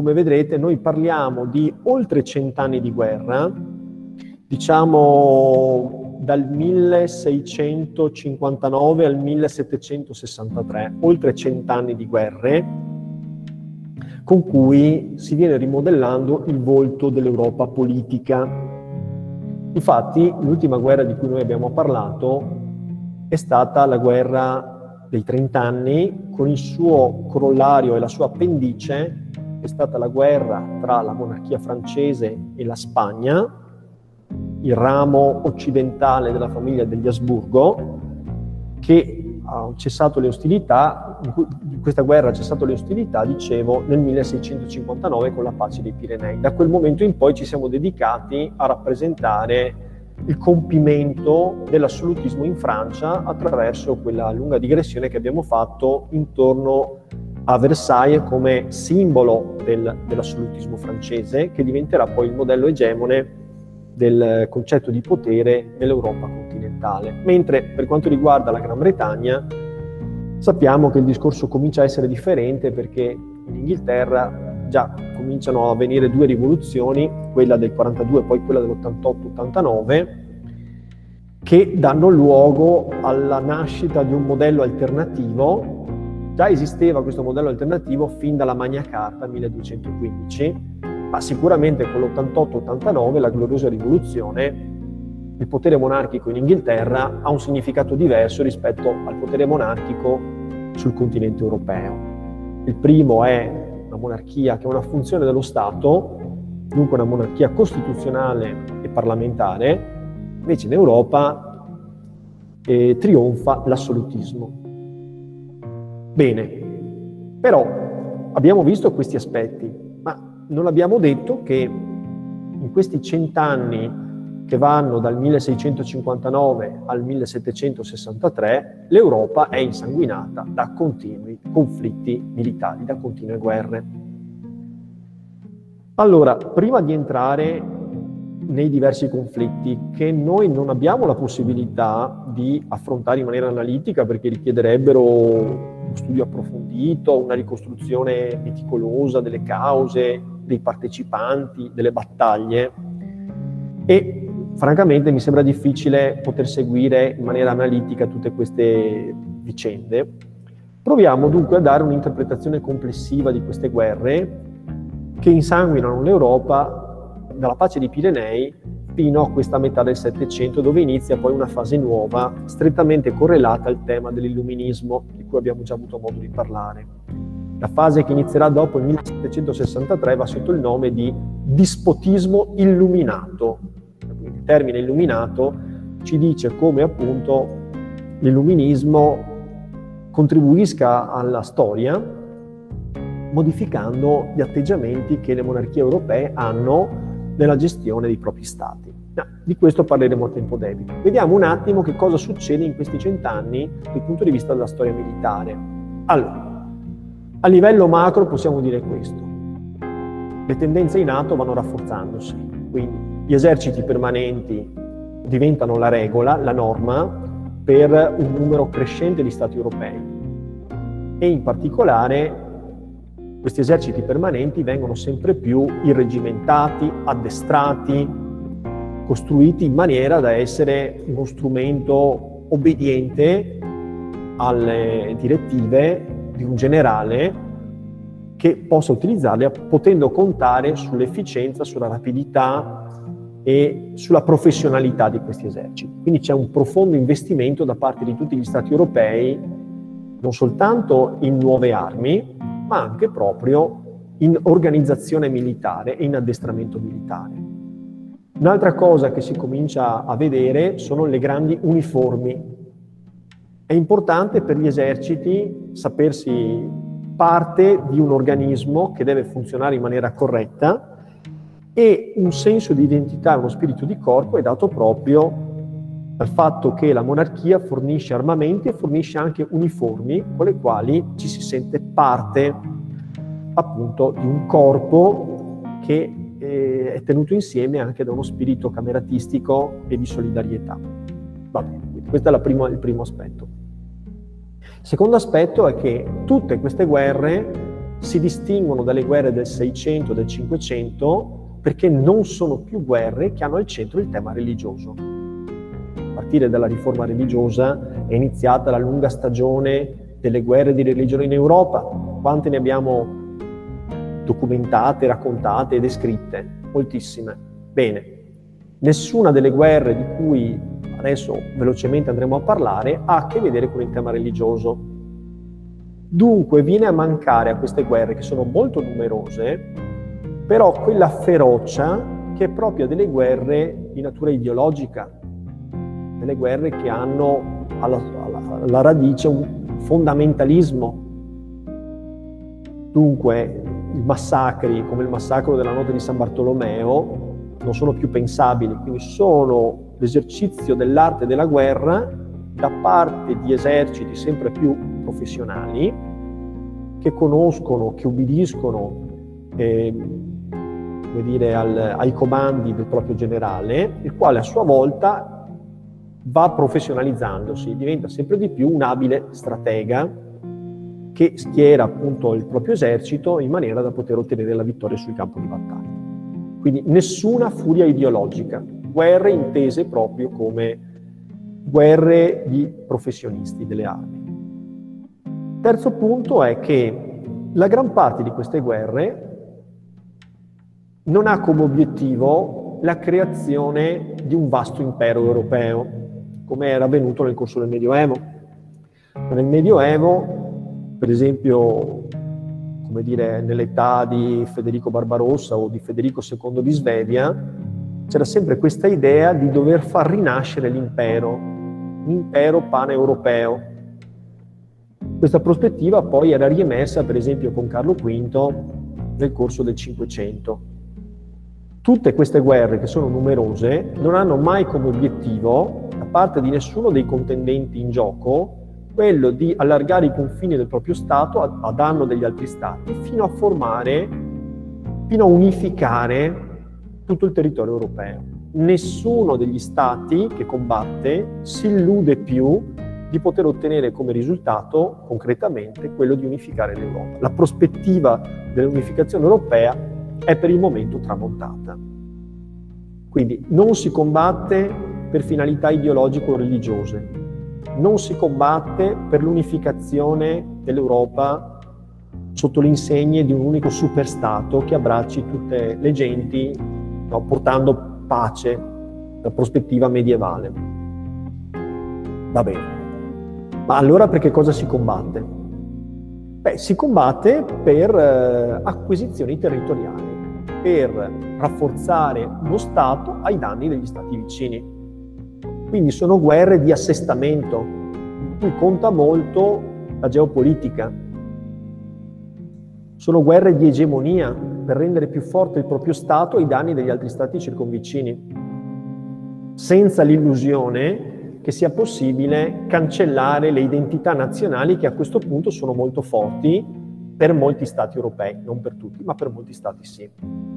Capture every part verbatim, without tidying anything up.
come vedrete, noi parliamo di oltre cent'anni di guerra, diciamo dal milleseicentocinquantanove al millesettecentosessantatré, oltre cent'anni di guerre, con cui si viene rimodellando il volto dell'Europa politica. Infatti, l'ultima guerra di cui noi abbiamo parlato è stata la guerra dei trent'anni, con il suo corollario e la sua appendice, è stata la guerra tra la monarchia francese e la Spagna, il ramo occidentale della famiglia degli Asburgo, che ha cessato le ostilità, in questa guerra ha cessato le ostilità, dicevo, nel milleseicentocinquantanove con la pace dei Pirenei. Da quel momento in poi ci siamo dedicati a rappresentare il compimento dell'assolutismo in Francia attraverso quella lunga digressione che abbiamo fatto intorno a Versailles come simbolo del, dell'assolutismo francese, che diventerà poi il modello egemone del concetto di potere nell'Europa continentale. Mentre per quanto riguarda la Gran Bretagna, sappiamo che il discorso comincia a essere differente, perché in Inghilterra già cominciano a avvenire due rivoluzioni, quella del quarantadue e poi quella dell'ottantotto ottantanove, che danno luogo alla nascita di un modello alternativo. Già esisteva questo modello alternativo fin dalla Magna Carta milleduecentoquindici, ma sicuramente con l'ottantotto ottantanove, la gloriosa rivoluzione, il potere monarchico in Inghilterra ha un significato diverso rispetto al potere monarchico sul continente europeo. Il primo è una monarchia che ha una funzione dello Stato, dunque una monarchia costituzionale e parlamentare, invece in Europa eh, trionfa l'assolutismo. Bene, però abbiamo visto questi aspetti, ma non abbiamo detto che in questi cent'anni che vanno dal milleseicentocinquantanove al millesettecentosessantatré, l'Europa è insanguinata da continui conflitti militari, da continue guerre. Allora, prima di entrare nei diversi conflitti, che noi non abbiamo la possibilità di affrontare in maniera analitica perché richiederebbero uno studio approfondito, una ricostruzione meticolosa delle cause, dei partecipanti, delle battaglie, e francamente mi sembra difficile poter seguire in maniera analitica tutte queste vicende. Proviamo dunque a dare un'interpretazione complessiva di queste guerre che insanguinano l'Europa dalla pace dei Pirenei fino a questa metà del Settecento, dove inizia poi una fase nuova, strettamente correlata al tema dell'illuminismo, di cui abbiamo già avuto modo di parlare. La fase che inizierà dopo il millesettecentosessantatré va sotto il nome di dispotismo illuminato. Il termine illuminato ci dice come appunto l'illuminismo contribuisca alla storia modificando gli atteggiamenti che le monarchie europee hanno nella gestione dei propri stati. No, di questo parleremo a tempo debito. Vediamo un attimo che cosa succede in questi cent'anni dal punto di vista della storia militare. Allora, a livello macro possiamo dire questo. Le tendenze in atto vanno rafforzandosi, quindi gli eserciti permanenti diventano la regola, la norma, per un numero crescente di stati europei. E in particolare questi eserciti permanenti vengono sempre più irreggimentati, addestrati, costruiti in maniera da essere uno strumento obbediente alle direttive di un generale che possa utilizzarle potendo contare sull'efficienza, sulla rapidità e sulla professionalità di questi eserciti. Quindi c'è un profondo investimento da parte di tutti gli stati europei, non soltanto in nuove armi, ma anche proprio in organizzazione militare e in addestramento militare. Un'altra cosa che si comincia a vedere sono le grandi uniformi. È importante per gli eserciti sapersi parte di un organismo che deve funzionare in maniera corretta, e un senso di identità e uno spirito di corpo è dato proprio dal fatto che la monarchia fornisce armamenti e fornisce anche uniformi con le quali ci si sente parte appunto di un corpo che eh, è tenuto insieme anche da uno spirito cameratistico e di solidarietà. Va bene, questo è la prima, il primo aspetto. Il secondo aspetto è che tutte queste guerre si distinguono dalle guerre del Seicento e del Cinquecento perché non sono più guerre che hanno al centro il tema religioso. A partire dalla riforma religiosa è iniziata la lunga stagione delle guerre di religione in Europa. Quante ne abbiamo documentate, raccontate e descritte? Moltissime. Bene, nessuna delle guerre di cui adesso velocemente andremo a parlare ha a che vedere con il tema religioso. Dunque viene a mancare a queste guerre, che sono molto numerose, però quella ferocia che è propria delle guerre di natura ideologica, delle guerre che hanno alla, alla, alla radice un fondamentalismo. Dunque i massacri, come il massacro della notte di San Bartolomeo, non sono più pensabili, quindi sono l'esercizio dell'arte della guerra da parte di eserciti sempre più professionali che conoscono, che ubbidiscono eh, come dire, al, ai comandi del proprio generale, il quale a sua volta va professionalizzandosi, diventa sempre di più un abile stratega che schiera appunto il proprio esercito in maniera da poter ottenere la vittoria sul campo di battaglia. Quindi nessuna furia ideologica, guerre intese proprio come guerre di professionisti delle armi. Terzo punto è che la gran parte di queste guerre non ha come obiettivo la creazione di un vasto impero europeo, come era avvenuto nel corso del Medioevo. Nel Medioevo, per esempio, come dire, nell'età di Federico Barbarossa o di Federico secondo di Svevia, c'era sempre questa idea di dover far rinascere l'impero, un impero paneuropeo. Questa prospettiva poi era riemersa, per esempio, con Carlo quinto nel corso del Cinquecento. Tutte queste guerre, che sono numerose, non hanno mai come obiettivo, da parte di nessuno dei contendenti in gioco, quello di allargare i confini del proprio Stato a, a danno degli altri Stati, fino a formare, fino a unificare tutto il territorio europeo. Nessuno degli Stati che combatte si illude più di poter ottenere come risultato, concretamente, quello di unificare l'Europa. La prospettiva dell'unificazione europea è per il momento tramontata. Quindi non si combatte per finalità ideologiche o religiose, non si combatte per l'unificazione dell'Europa sotto le insegne di un unico superstato che abbracci tutte le genti, no, portando pace da prospettiva medievale. Va bene. Ma allora per che cosa si combatte? Beh, si combatte per eh, acquisizioni territoriali, per rafforzare lo Stato ai danni degli Stati vicini. Quindi sono guerre di assestamento, in cui conta molto la geopolitica. Sono guerre di egemonia, per rendere più forte il proprio Stato ai danni degli altri Stati circonvicini, senza l'illusione che sia possibile cancellare le identità nazionali che a questo punto sono molto forti per molti Stati europei, non per tutti, ma per molti Stati sì.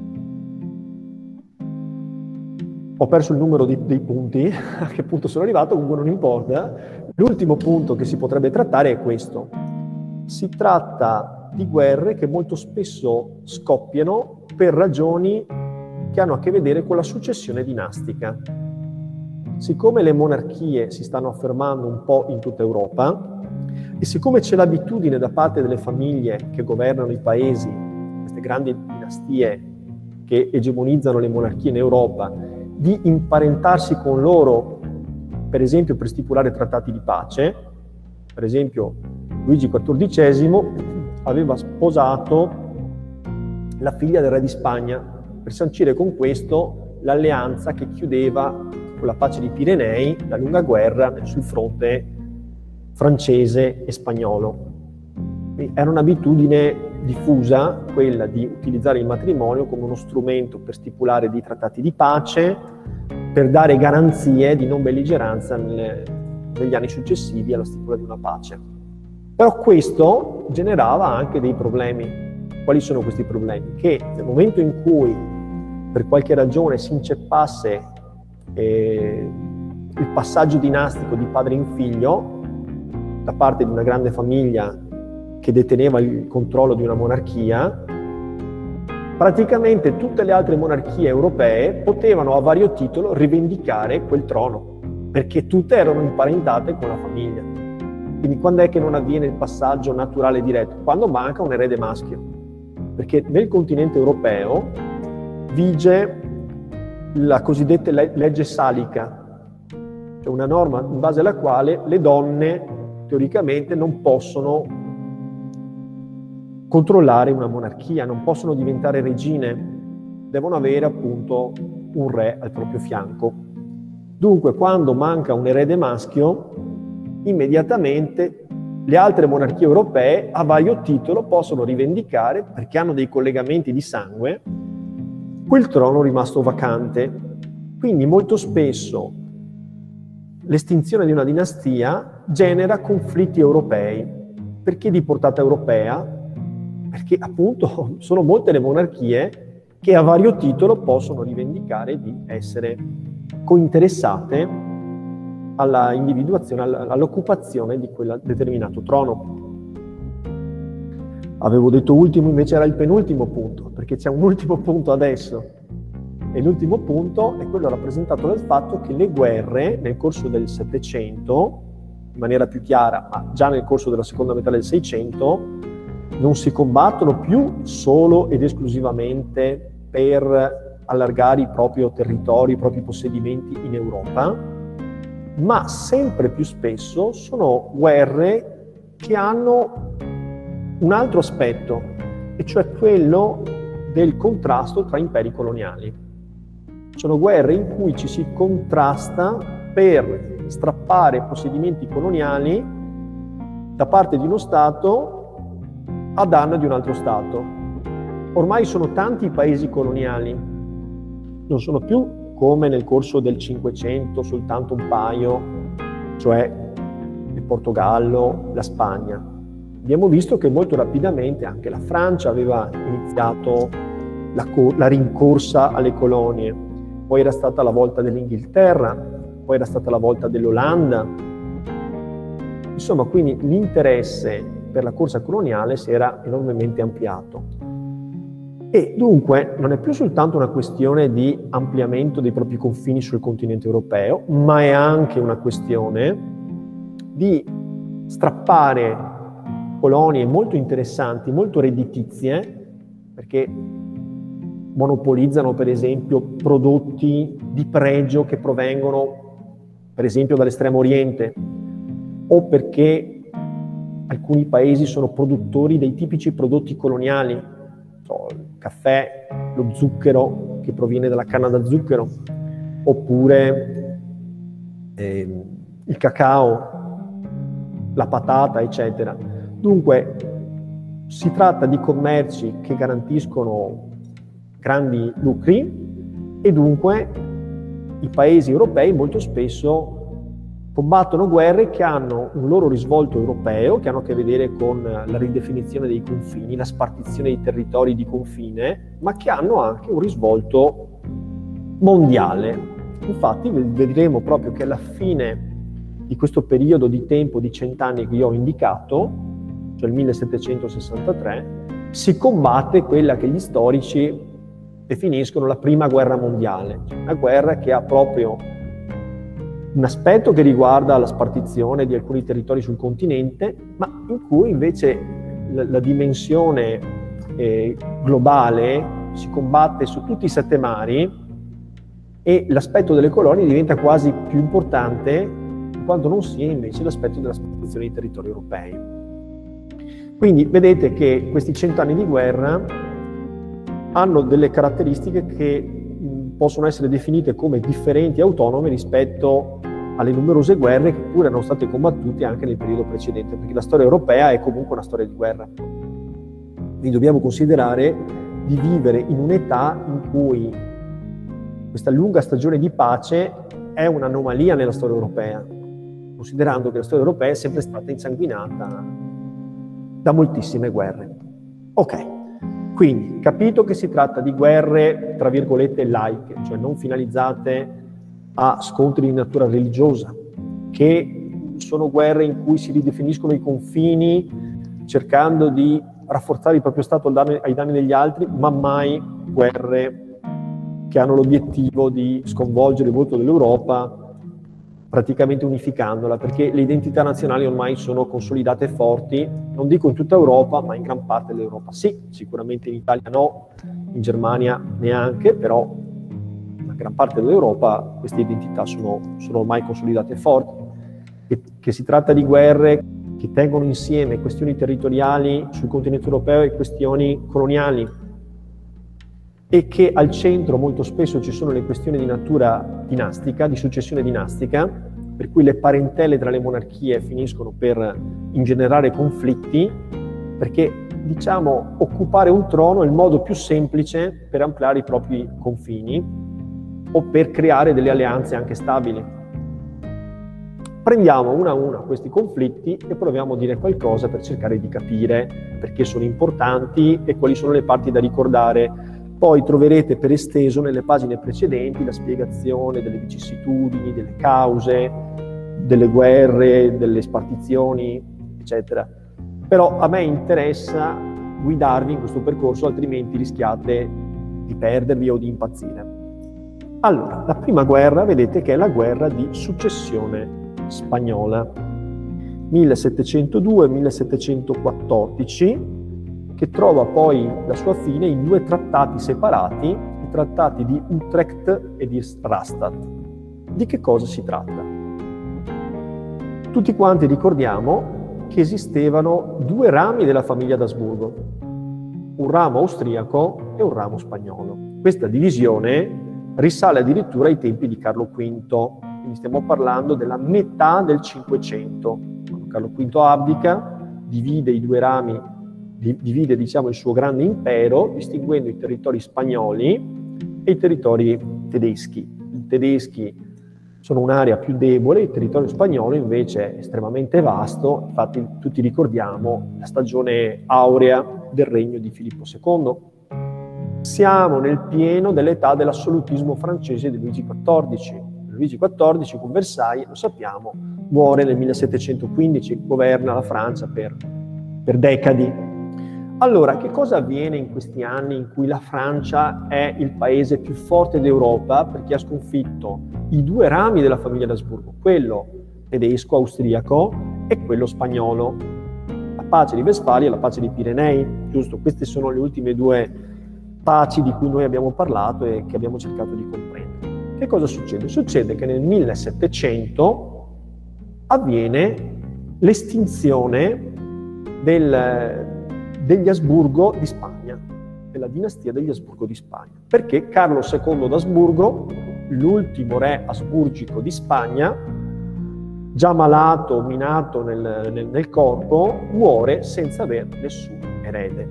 Ho perso il numero di, dei punti, a che punto sono arrivato, comunque non importa. L'ultimo punto che si potrebbe trattare è questo. Si tratta di guerre che molto spesso scoppiano per ragioni che hanno a che vedere con la successione dinastica. Siccome le monarchie si stanno affermando un po' in tutta Europa e siccome c'è l'abitudine da parte delle famiglie che governano i paesi, queste grandi dinastie che egemonizzano le monarchie in Europa, di imparentarsi con loro, per esempio per stipulare trattati di pace. Per esempio Luigi quattordicesimo aveva sposato la figlia del re di Spagna per sancire con questo l'alleanza che chiudeva con la pace dei Pirenei la lunga guerra sul fronte francese e spagnolo. Quindi era un'abitudine diffusa quella di utilizzare il matrimonio come uno strumento per stipulare dei trattati di pace, per dare garanzie di non belligeranza nelle, negli anni successivi alla stipula di una pace. Però questo generava anche dei problemi. Quali sono questi problemi? Che nel momento in cui per qualche ragione si inceppasse eh, il passaggio dinastico di padre in figlio da parte di una grande famiglia che deteneva il controllo di una monarchia, praticamente tutte le altre monarchie europee potevano a vario titolo rivendicare quel trono, perché tutte erano imparentate con la famiglia. Quindi quando è che non avviene il passaggio naturale e diretto? Quando manca un erede maschio, perché nel continente europeo vige la cosiddetta legge salica, cioè una norma in base alla quale le donne teoricamente non possono controllare una monarchia, non possono diventare regine, devono avere appunto un re al proprio fianco. Dunque, quando manca un erede maschio, immediatamente le altre monarchie europee a vario titolo possono rivendicare, perché hanno dei collegamenti di sangue, quel trono rimasto vacante. Quindi molto spesso l'estinzione di una dinastia genera conflitti europei. Perché di portata europea? Perché appunto sono molte le monarchie che a vario titolo possono rivendicare di essere cointeressate alla individuazione, all'occupazione di quel determinato trono. Avevo detto ultimo, invece era il penultimo punto, perché c'è un ultimo punto adesso. E l'ultimo punto è quello rappresentato dal fatto che le guerre nel corso del Settecento, in maniera più chiara, ma già nel corso della seconda metà del Seicento, non si combattono più solo ed esclusivamente per allargare i propri territori, i propri possedimenti in Europa, ma sempre più spesso sono guerre che hanno un altro aspetto, e cioè quello del contrasto tra imperi coloniali. Sono guerre in cui ci si contrasta per strappare possedimenti coloniali da parte di uno Stato a danno di un altro Stato. Ormai sono tanti i paesi coloniali, non sono più come nel corso del Cinquecento soltanto un paio, cioè il Portogallo, la Spagna. Abbiamo visto che molto rapidamente anche la Francia aveva iniziato la, la rincorsa alle colonie, poi era stata la volta dell'Inghilterra, poi era stata la volta dell'Olanda. Insomma, quindi l'interesse per la corsa coloniale si era enormemente ampliato. E dunque non è più soltanto una questione di ampliamento dei propri confini sul continente europeo, ma è anche una questione di strappare colonie molto interessanti, molto redditizie, perché monopolizzano per esempio prodotti di pregio che provengono per esempio dall'Estremo Oriente, o perché alcuni paesi sono produttori dei tipici prodotti coloniali, so, il caffè, lo zucchero che proviene dalla canna da zucchero, oppure eh, il cacao, la patata, eccetera. Dunque si tratta di commerci che garantiscono grandi lucri e dunque i paesi europei molto spesso combattono guerre che hanno un loro risvolto europeo, che hanno a che vedere con la ridefinizione dei confini, la spartizione dei territori di confine, ma che hanno anche un risvolto mondiale. Infatti vedremo proprio che alla fine di questo periodo di tempo di cent'anni che io ho indicato, cioè il millesettecentosessantatré, si combatte quella che gli storici definiscono la prima guerra mondiale, una guerra che ha proprio un aspetto che riguarda la spartizione di alcuni territori sul continente, ma in cui invece la, la dimensione eh, globale si combatte su tutti i sette mari e l'aspetto delle colonie diventa quasi più importante quando non sia invece l'aspetto della spartizione dei territori europei. Quindi vedete che questi cent'anni di guerra hanno delle caratteristiche che possono essere definite come differenti e autonome rispetto alle numerose guerre che pure erano state combattute anche nel periodo precedente, perché la storia europea è comunque una storia di guerra. Quindi dobbiamo considerare di vivere in un'età in cui questa lunga stagione di pace è un'anomalia nella storia europea, considerando che la storia europea è sempre stata insanguinata da moltissime guerre. Ok. Quindi, capito che si tratta di guerre, tra virgolette, laiche, cioè non finalizzate a scontri di natura religiosa, che sono guerre in cui si ridefiniscono i confini cercando di rafforzare il proprio Stato ai danni degli altri, ma mai guerre che hanno l'obiettivo di sconvolgere il volto dell'Europa, praticamente unificandola, perché le identità nazionali ormai sono consolidate e forti, non dico in tutta Europa, ma in gran parte dell'Europa sì, sicuramente in Italia no, in Germania neanche, però in gran parte dell'Europa queste identità sono, sono ormai consolidate e forti. Che, che si tratta di guerre che tengono insieme questioni territoriali sul continente europeo e questioni coloniali, e che al centro molto spesso ci sono le questioni di natura dinastica, di successione dinastica, per cui le parentele tra le monarchie finiscono per ingenerare conflitti, perché, diciamo, occupare un trono è il modo più semplice per ampliare i propri confini o per creare delle alleanze anche stabili. Prendiamo una a una questi conflitti e proviamo a dire qualcosa per cercare di capire perché sono importanti e quali sono le parti da ricordare. Poi troverete per esteso nelle pagine precedenti la spiegazione delle vicissitudini, delle cause, delle guerre, delle spartizioni, eccetera. Però a me interessa guidarvi in questo percorso, altrimenti rischiate di perdervi o di impazzire. Allora, la prima guerra, vedete che è la guerra di successione spagnola, millesettecentodue millesettecentoquattordici, che trova poi la sua fine in due trattati separati, i trattati di Utrecht e di Rastatt. Di che cosa si tratta? Tutti quanti ricordiamo che esistevano due rami della famiglia d'Asburgo, un ramo austriaco e un ramo spagnolo. Questa divisione risale addirittura ai tempi di Carlo quinto, quindi stiamo parlando della metà del Cinquecento. Quando Carlo quinto abdica, divide i due rami, divide diciamo il suo grande impero, distinguendo i territori spagnoli e i territori tedeschi. I tedeschi sono un'area più debole, il territorio spagnolo invece è estremamente vasto, infatti tutti ricordiamo la stagione aurea del regno di Filippo secondo. Siamo nel pieno dell'età dell'assolutismo francese di Luigi quattordici. Luigi quattordici con Versailles, lo sappiamo, muore nel millesettecentoquindici, governa la Francia per, per decadi. Allora, che cosa avviene in questi anni in cui la Francia è il paese più forte d'Europa perché ha sconfitto i due rami della famiglia d'Asburgo, quello tedesco-austriaco e quello spagnolo? La pace di Westfalia e la pace dei Pirenei, giusto? Queste sono le ultime due paci di cui noi abbiamo parlato e che abbiamo cercato di comprendere. Che cosa succede? Succede che nel millesettecento avviene l'estinzione del degli Asburgo di Spagna, della dinastia degli Asburgo di Spagna, perché Carlo secondo d'Asburgo, l'ultimo re asburgico di Spagna, già malato, minato nel, nel, nel corpo, muore senza aver nessun erede.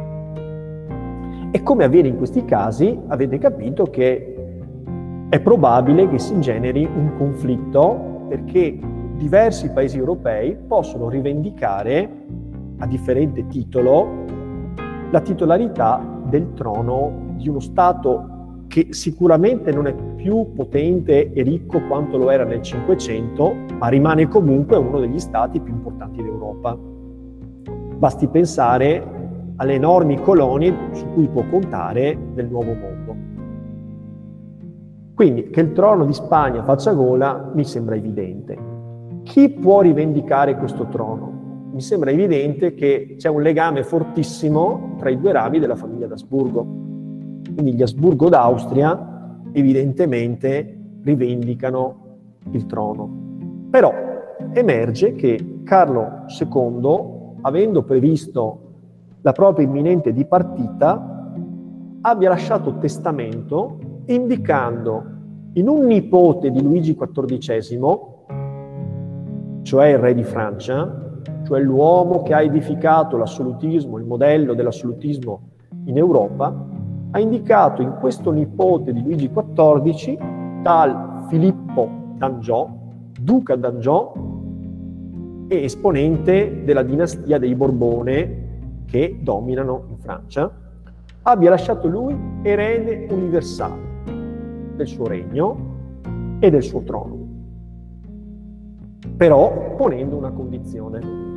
E come avviene in questi casi, avete capito che è probabile che si generi un conflitto, perché diversi paesi europei possono rivendicare a differente titolo la titolarità del trono di uno Stato che sicuramente non è più potente e ricco quanto lo era nel Cinquecento, ma rimane comunque uno degli Stati più importanti d'Europa. Basti pensare alle enormi colonie su cui può contare nel Nuovo Mondo. Quindi che il trono di Spagna faccia gola mi sembra evidente. Chi può rivendicare questo trono? Mi sembra evidente che c'è un legame fortissimo tra i due rami della famiglia d'Asburgo. Quindi gli Asburgo d'Austria evidentemente rivendicano il trono. Però emerge che Carlo secondo, avendo previsto la propria imminente dipartita, abbia lasciato testamento indicando in un nipote di Luigi quattordicesimo, cioè il re di Francia, cioè l'uomo che ha edificato l'assolutismo, il modello dell'assolutismo in Europa, ha indicato in questo nipote di Luigi quattordici, tal Filippo d'Angiò, duca d'Angiò e esponente della dinastia dei Borbone che dominano in Francia, abbia lasciato lui erede universale del suo regno e del suo trono, però ponendo una condizione,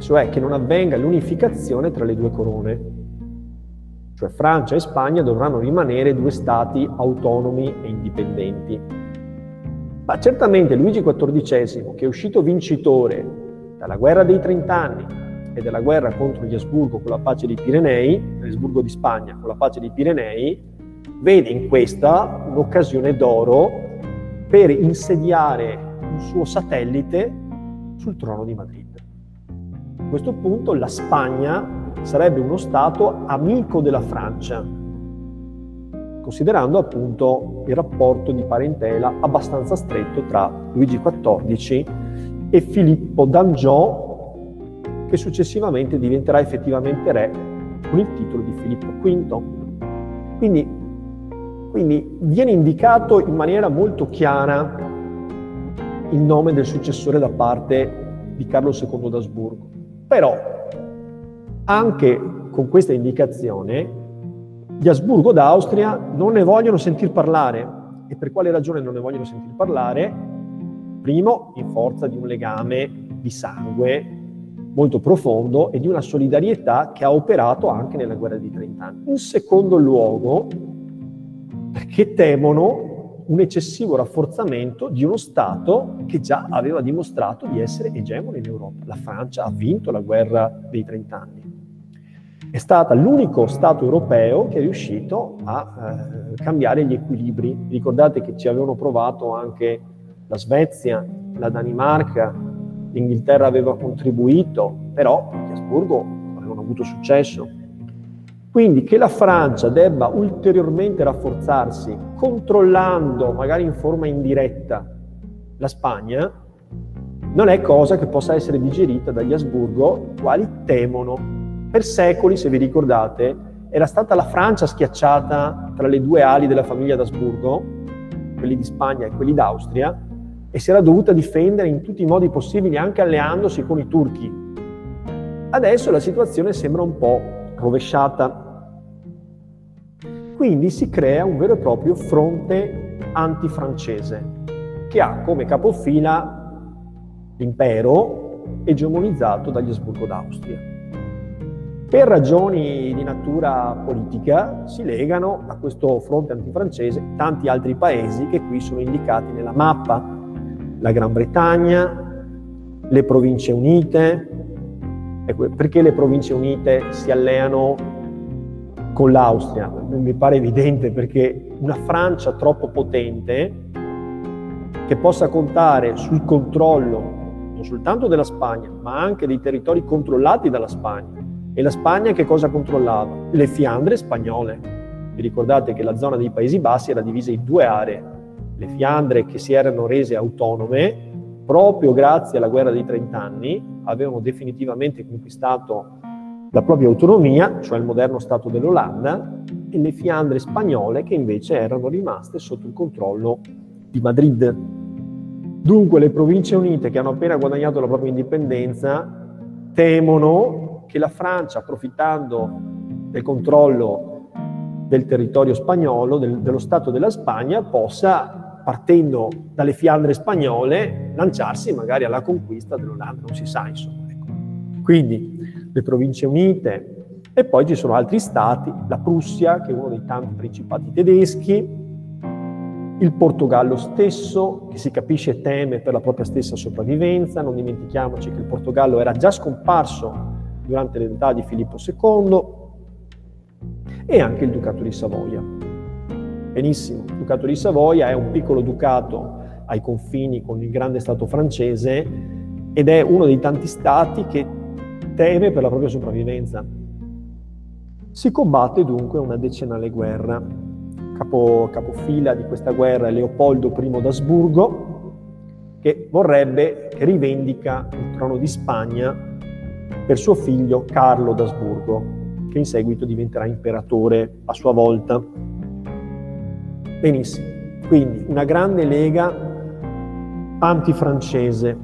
cioè che non avvenga l'unificazione tra le due corone. Cioè Francia e Spagna dovranno rimanere due stati autonomi e indipendenti. Ma certamente Luigi quattordicesimo, che è uscito vincitore dalla guerra dei trent'anni e dalla guerra contro gli Asburgo con la pace dei Pirenei, l'Asburgo di Spagna con la pace dei Pirenei, vede in questa un'occasione d'oro per insediare un suo satellite sul trono di Madrid. A questo punto la Spagna sarebbe uno stato amico della Francia, considerando appunto il rapporto di parentela abbastanza stretto tra Luigi quattordici e Filippo d'Angiò, che successivamente diventerà effettivamente re con il titolo di Filippo quinto. Quindi, quindi viene indicato in maniera molto chiara il nome del successore da parte di Carlo secondo d'Asburgo. Però, anche con questa indicazione, gli Asburgo d'Austria non ne vogliono sentir parlare. E per quale ragione non ne vogliono sentir parlare? Primo, in forza di un legame di sangue molto profondo e di una solidarietà che ha operato anche nella guerra di trent'anni. In secondo luogo, perché temono un eccessivo rafforzamento di uno Stato che già aveva dimostrato di essere egemone in Europa. La Francia ha vinto la guerra dei trent'anni. È stata l'unico Stato europeo che è riuscito a eh, cambiare gli equilibri. Ricordate che ci avevano provato anche la Svezia, la Danimarca, l'Inghilterra aveva contribuito, però gli Asburgo avevano avuto successo. Quindi che la Francia debba ulteriormente rafforzarsi, controllando, magari in forma indiretta, la Spagna, non è cosa che possa essere digerita dagli Asburgo, i quali temono. Per secoli, se vi ricordate, era stata la Francia schiacciata tra le due ali della famiglia d'Asburgo, quelli di Spagna e quelli d'Austria, e si era dovuta difendere in tutti i modi possibili, anche alleandosi con i turchi. Adesso la situazione sembra un po' rovesciata. Quindi si crea un vero e proprio fronte antifrancese, che ha come capofila l'impero egemonizzato dagli Asburgo d'Austria. Per ragioni di natura politica si legano a questo fronte antifrancese tanti altri paesi che qui sono indicati nella mappa: la Gran Bretagna, le Province Unite. Perché le Province Unite si alleano con l'Austria? Mi pare evidente, perché una Francia troppo potente, che possa contare sul controllo non soltanto della Spagna, ma anche dei territori controllati dalla Spagna. E la Spagna che cosa controllava? Le Fiandre spagnole. Vi ricordate che la zona dei Paesi Bassi era divisa in due aree: le Fiandre, che si erano rese autonome proprio grazie alla guerra dei trent'anni, avevano definitivamente conquistato la propria autonomia, cioè il moderno Stato dell'Olanda, e le Fiandre spagnole, che invece erano rimaste sotto il controllo di Madrid. Dunque le Province Unite, che hanno appena guadagnato la propria indipendenza, temono che la Francia, approfittando del controllo del territorio spagnolo, del, dello Stato della Spagna, possa, partendo dalle Fiandre spagnole, lanciarsi magari alla conquista dell'Olanda, non si sa, insomma. Ecco. Quindi le Province Unite, e poi ci sono altri stati, la Prussia, che è uno dei tanti principati tedeschi, il Portogallo stesso, che si capisce teme per la propria stessa sopravvivenza. Non dimentichiamoci che il Portogallo era già scomparso durante l'età di Filippo secondo, e anche il Ducato di Savoia. Benissimo, il Ducato di Savoia è un piccolo ducato ai confini con il grande Stato francese ed è uno dei tanti stati che teme per la propria sopravvivenza. Si combatte dunque una decennale guerra. Capo, capofila di questa guerra è Leopoldo primo d'Asburgo, che vorrebbe, che rivendica il trono di Spagna per suo figlio Carlo d'Asburgo, che in seguito diventerà imperatore a sua volta. Benissimo, quindi una grande lega antifrancese,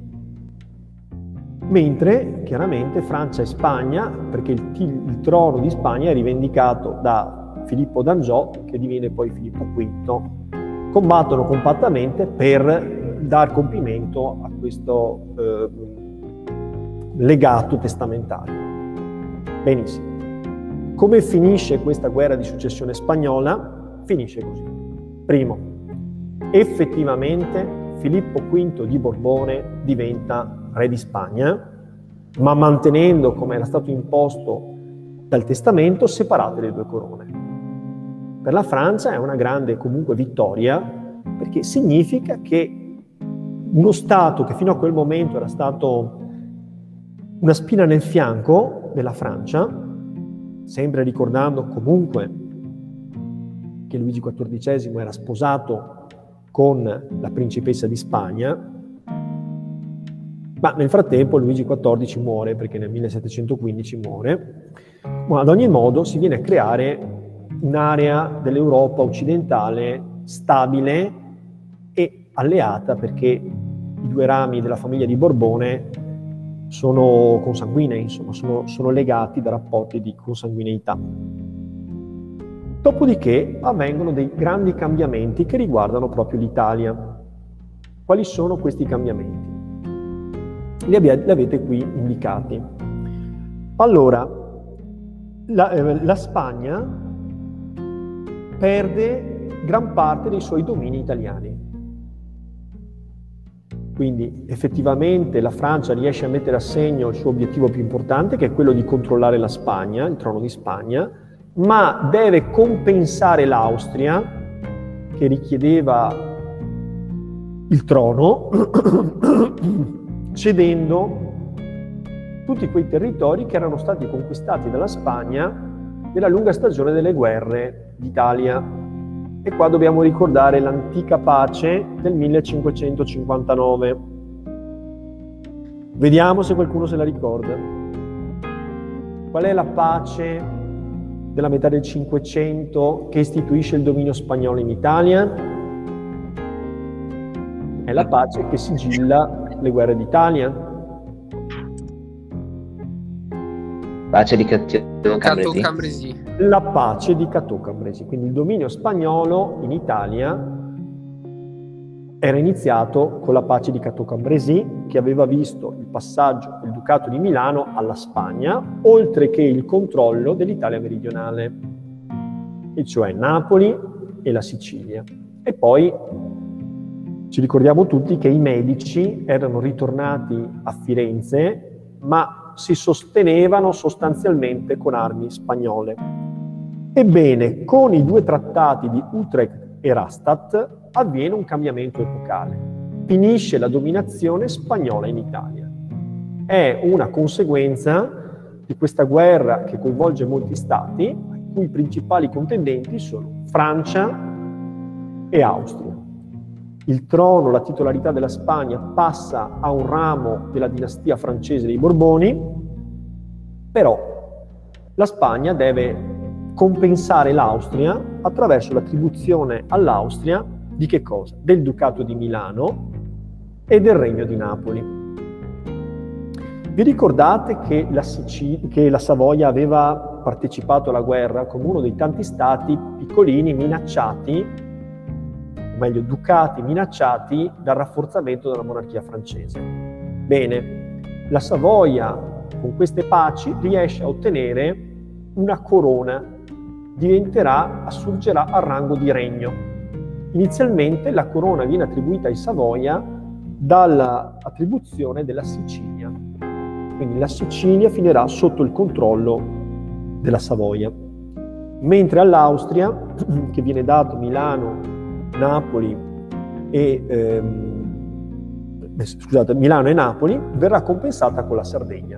mentre chiaramente Francia e Spagna, perché il, il trono di Spagna è rivendicato da Filippo d'Angiò, che diviene poi Filippo quinto, combattono compattamente per dar compimento a questo, eh, legato testamentario. Benissimo. Come finisce questa guerra di successione spagnola? Finisce così. Primo, effettivamente Filippo quinto di Borbone diventa re di Spagna, ma mantenendo, come era stato imposto dal testamento, separate le due corone. Per la Francia è una grande comunque vittoria, perché significa che uno Stato che fino a quel momento era stato una spina nel fianco della Francia, sempre ricordando comunque che Luigi quattordicesimo era sposato con la principessa di Spagna, ma nel frattempo Luigi quattordici muore, perché nel millesettecentoquindici muore, ma ad ogni modo si viene a creare un'area dell'Europa occidentale stabile e alleata, perché i due rami della famiglia di Borbone sono consanguinei, insomma, sono, sono legati da rapporti di consanguineità. Dopodiché avvengono dei grandi cambiamenti che riguardano proprio l'Italia. Quali sono questi cambiamenti? Li, abbiate, li avete qui indicati. Allora, la, eh, la Spagna perde gran parte dei suoi domini italiani. Quindi effettivamente la Francia riesce a mettere a segno il suo obiettivo più importante, che è quello di controllare la Spagna, il trono di Spagna, ma deve compensare l'Austria, che richiedeva il trono, cedendo tutti quei territori che erano stati conquistati dalla Spagna nella lunga stagione delle guerre d'Italia. E qua dobbiamo ricordare l'antica pace del millecinquecentocinquantanove. Vediamo se qualcuno se la ricorda. Qual è la pace della metà del Cinquecento che istituisce il dominio spagnolo in Italia? È la pace che sigilla le guerre d'Italia. Pace di Cateau-Cambrésis. La pace di Cateau-Cambrésis. Quindi il dominio spagnolo in Italia era iniziato con la pace di Cateau-Cambrésis, che aveva visto il passaggio del Ducato di Milano alla Spagna, oltre che il controllo dell'Italia meridionale, e cioè Napoli e la Sicilia. E poi ci ricordiamo tutti che i Medici erano ritornati a Firenze, ma si sostenevano sostanzialmente con armi spagnole. Ebbene, con i due trattati di Utrecht e Rastatt avviene un cambiamento epocale. Finisce la dominazione spagnola in Italia. È una conseguenza di questa guerra che coinvolge molti stati, i cui principali contendenti sono Francia e Austria. Il trono, la titolarità della Spagna passa a un ramo della dinastia francese dei Borboni, però la Spagna deve compensare l'Austria attraverso l'attribuzione all'Austria di che cosa? Del Ducato di Milano e del Regno di Napoli. Vi ricordate che la, Sicilia, che la Savoia aveva partecipato alla guerra come uno dei tanti stati piccolini minacciati, o meglio ducati minacciati dal rafforzamento della monarchia francese? Bene, la Savoia con queste paci riesce a ottenere una corona, diventerà, assurgerà al rango di regno. Inizialmente la corona viene attribuita ai Savoia dall'attribuzione della Sicilia, quindi la Sicilia finirà sotto il controllo della Savoia, mentre all'Austria, che viene dato Milano, Napoli e ehm, scusate, Milano e Napoli, verrà compensata con la Sardegna.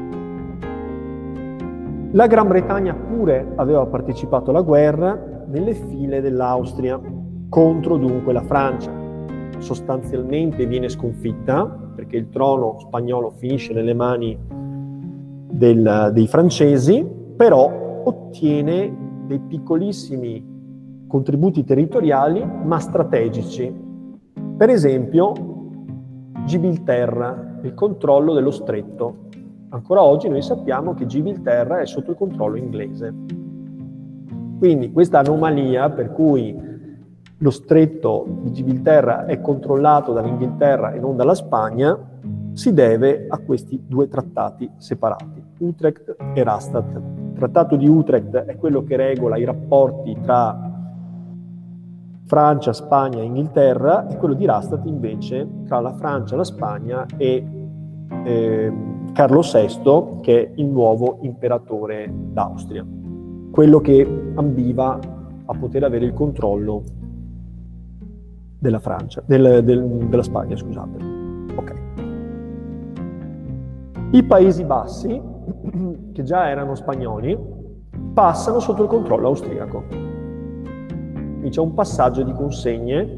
La Gran Bretagna pure aveva partecipato alla guerra nelle file dell'Austria, contro dunque la Francia. Sostanzialmente viene sconfitta, perché il trono spagnolo finisce nelle mani del, dei francesi, però ottiene dei piccolissimi contributi territoriali, ma strategici. Per esempio, Gibilterra, il controllo dello stretto. Ancora oggi noi sappiamo che Gibilterra è sotto il controllo inglese. Quindi questa anomalia per cui lo stretto di Gibilterra è controllato dall'Inghilterra e non dalla Spagna si deve a questi due trattati separati, Utrecht e Rastatt. Il trattato di Utrecht è quello che regola i rapporti tra Francia, Spagna e Inghilterra, e quello di Rastatt invece tra la Francia, la Spagna e eh, Carlo sesto, che è il nuovo imperatore d'Austria, quello che ambiva a poter avere il controllo della Francia, del, del, della Spagna, scusate. Ok. I Paesi Bassi, che già erano spagnoli, passano sotto il controllo austriaco. Quindi c'è un passaggio di consegne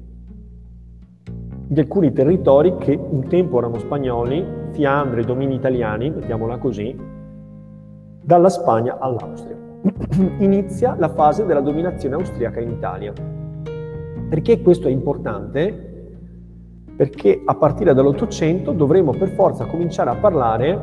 di alcuni territori che un tempo erano spagnoli, Fiandre, domini italiani, mettiamola così, dalla Spagna all'Austria. Inizia la fase della dominazione austriaca in Italia. Perché questo è importante? Perché a partire dall'Ottocento dovremo per forza cominciare a parlare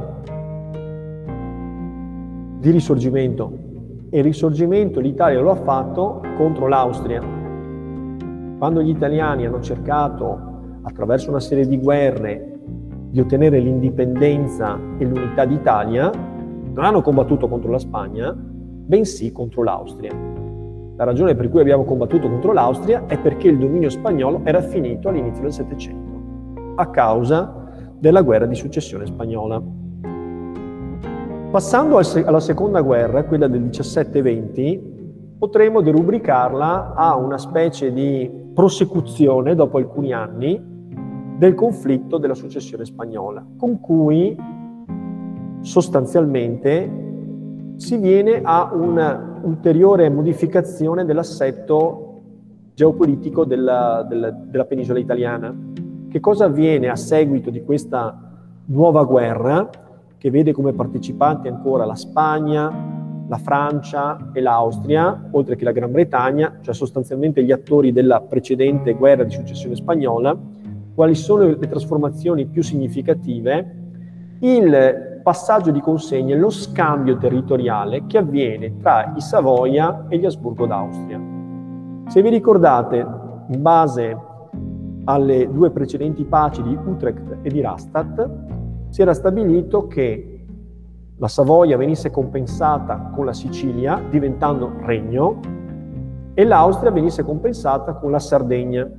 di risorgimento. E il risorgimento l'Italia lo ha fatto contro l'Austria. Quando gli italiani hanno cercato, attraverso una serie di guerre, di ottenere l'indipendenza e l'unità d'Italia, non hanno combattuto contro la Spagna, bensì contro l'Austria. La ragione per cui abbiamo combattuto contro l'Austria è perché il dominio spagnolo era finito all'inizio del Settecento, a causa della guerra di successione spagnola. Passando alla seconda guerra, quella del diciassette venti, potremmo derubricarla a una specie di prosecuzione, dopo alcuni anni, del conflitto della successione spagnola, con cui sostanzialmente si viene a un'ulteriore modificazione dell'assetto geopolitico della, della, della penisola italiana. Che cosa avviene a seguito di questa nuova guerra, che vede come partecipanti ancora la Spagna, la Francia e l'Austria, oltre che la Gran Bretagna, cioè sostanzialmente gli attori della precedente guerra di successione spagnola? Quali sono le trasformazioni più significative? Il passaggio di consegne, lo scambio territoriale che avviene tra i Savoia e gli Asburgo d'Austria. Se vi ricordate, in base alle due precedenti paci di Utrecht e di Rastatt, si era stabilito che la Savoia venisse compensata con la Sicilia, diventando regno, e l'Austria venisse compensata con la Sardegna.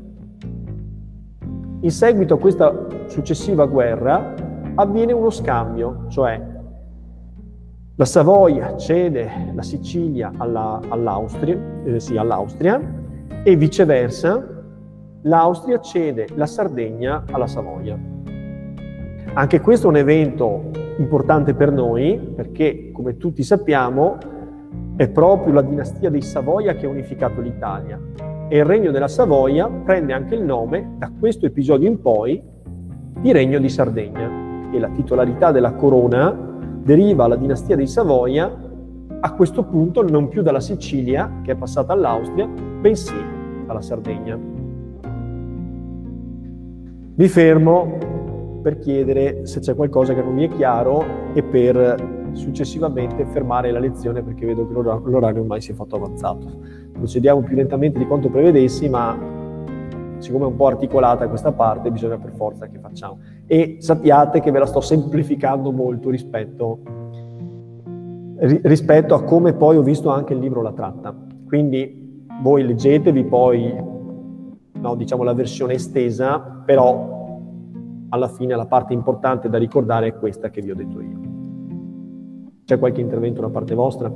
In seguito a questa successiva guerra avviene uno scambio, cioè la Savoia cede la Sicilia alla, all'Austria, eh, sì, all'Austria, e viceversa l'Austria cede la Sardegna alla Savoia. Anche questo è un evento importante per noi, perché, come tutti sappiamo, è proprio la dinastia dei Savoia che ha unificato l'Italia. E il regno della Savoia prende anche il nome, da questo episodio in poi, di Regno di Sardegna. E la titolarità della corona deriva alla dinastia dei Savoia, a questo punto non più dalla Sicilia, che è passata all'Austria, bensì alla Sardegna. Mi fermo per chiedere se c'è qualcosa che non mi è chiaro e per successivamente fermare la lezione, perché vedo che l'orario ormai si è fatto avanzato. Procediamo più lentamente di quanto prevedessi, ma siccome è un po' articolata questa parte, bisogna per forza che facciamo. E sappiate che ve la sto semplificando molto rispetto, rispetto a come poi ho visto anche il libro la tratta. Quindi voi leggetevi poi, no, diciamo, la versione estesa, però alla fine la parte importante da ricordare è questa che vi ho detto io. C'è qualche intervento da parte vostra?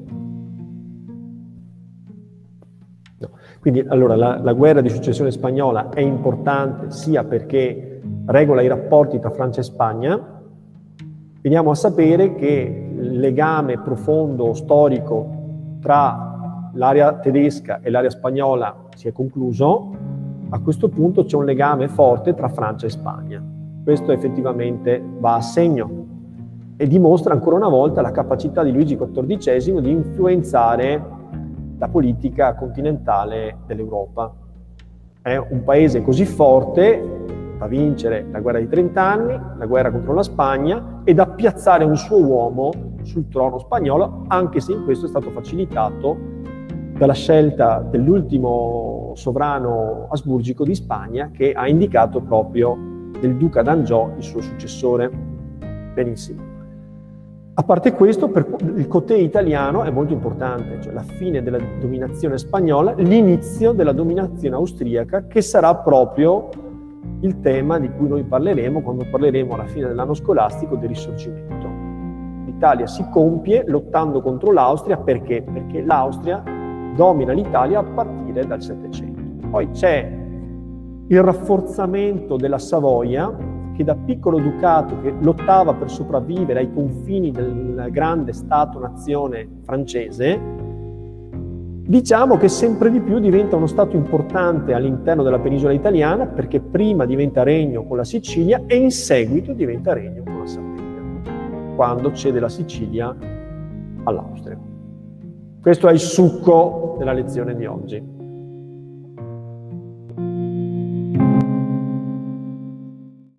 No. Quindi, allora, la, la guerra di successione spagnola è importante sia perché regola i rapporti tra Francia e Spagna. Veniamo a sapere che il legame profondo, storico, tra l'area tedesca e l'area spagnola si è concluso. A questo punto c'è un legame forte tra Francia e Spagna. Questo effettivamente va a segno e dimostra ancora una volta la capacità di Luigi quattordicesimo di influenzare la politica continentale dell'Europa. È un paese così forte da vincere la guerra di trent'anni, la guerra contro la Spagna, e da piazzare un suo uomo sul trono spagnolo, anche se in questo è stato facilitato dalla scelta dell'ultimo sovrano asburgico di Spagna, che ha indicato proprio del duca d'Angiò, il suo successore. Benissimo. A parte questo, per il côté italiano è molto importante, cioè la fine della dominazione spagnola, l'inizio della dominazione austriaca, che sarà proprio il tema di cui noi parleremo quando parleremo alla fine dell'anno scolastico del Risorgimento. L'Italia si compie lottando contro l'Austria perché? Perché l'Austria domina l'Italia a partire dal Settecento. Poi c'è il rafforzamento della Savoia, che da piccolo ducato che lottava per sopravvivere ai confini del grande Stato-nazione francese, diciamo che sempre di più diventa uno Stato importante all'interno della penisola italiana, perché prima diventa regno con la Sicilia e in seguito diventa regno con la Sardegna, quando cede la Sicilia all'Austria. Questo è il succo della lezione di oggi.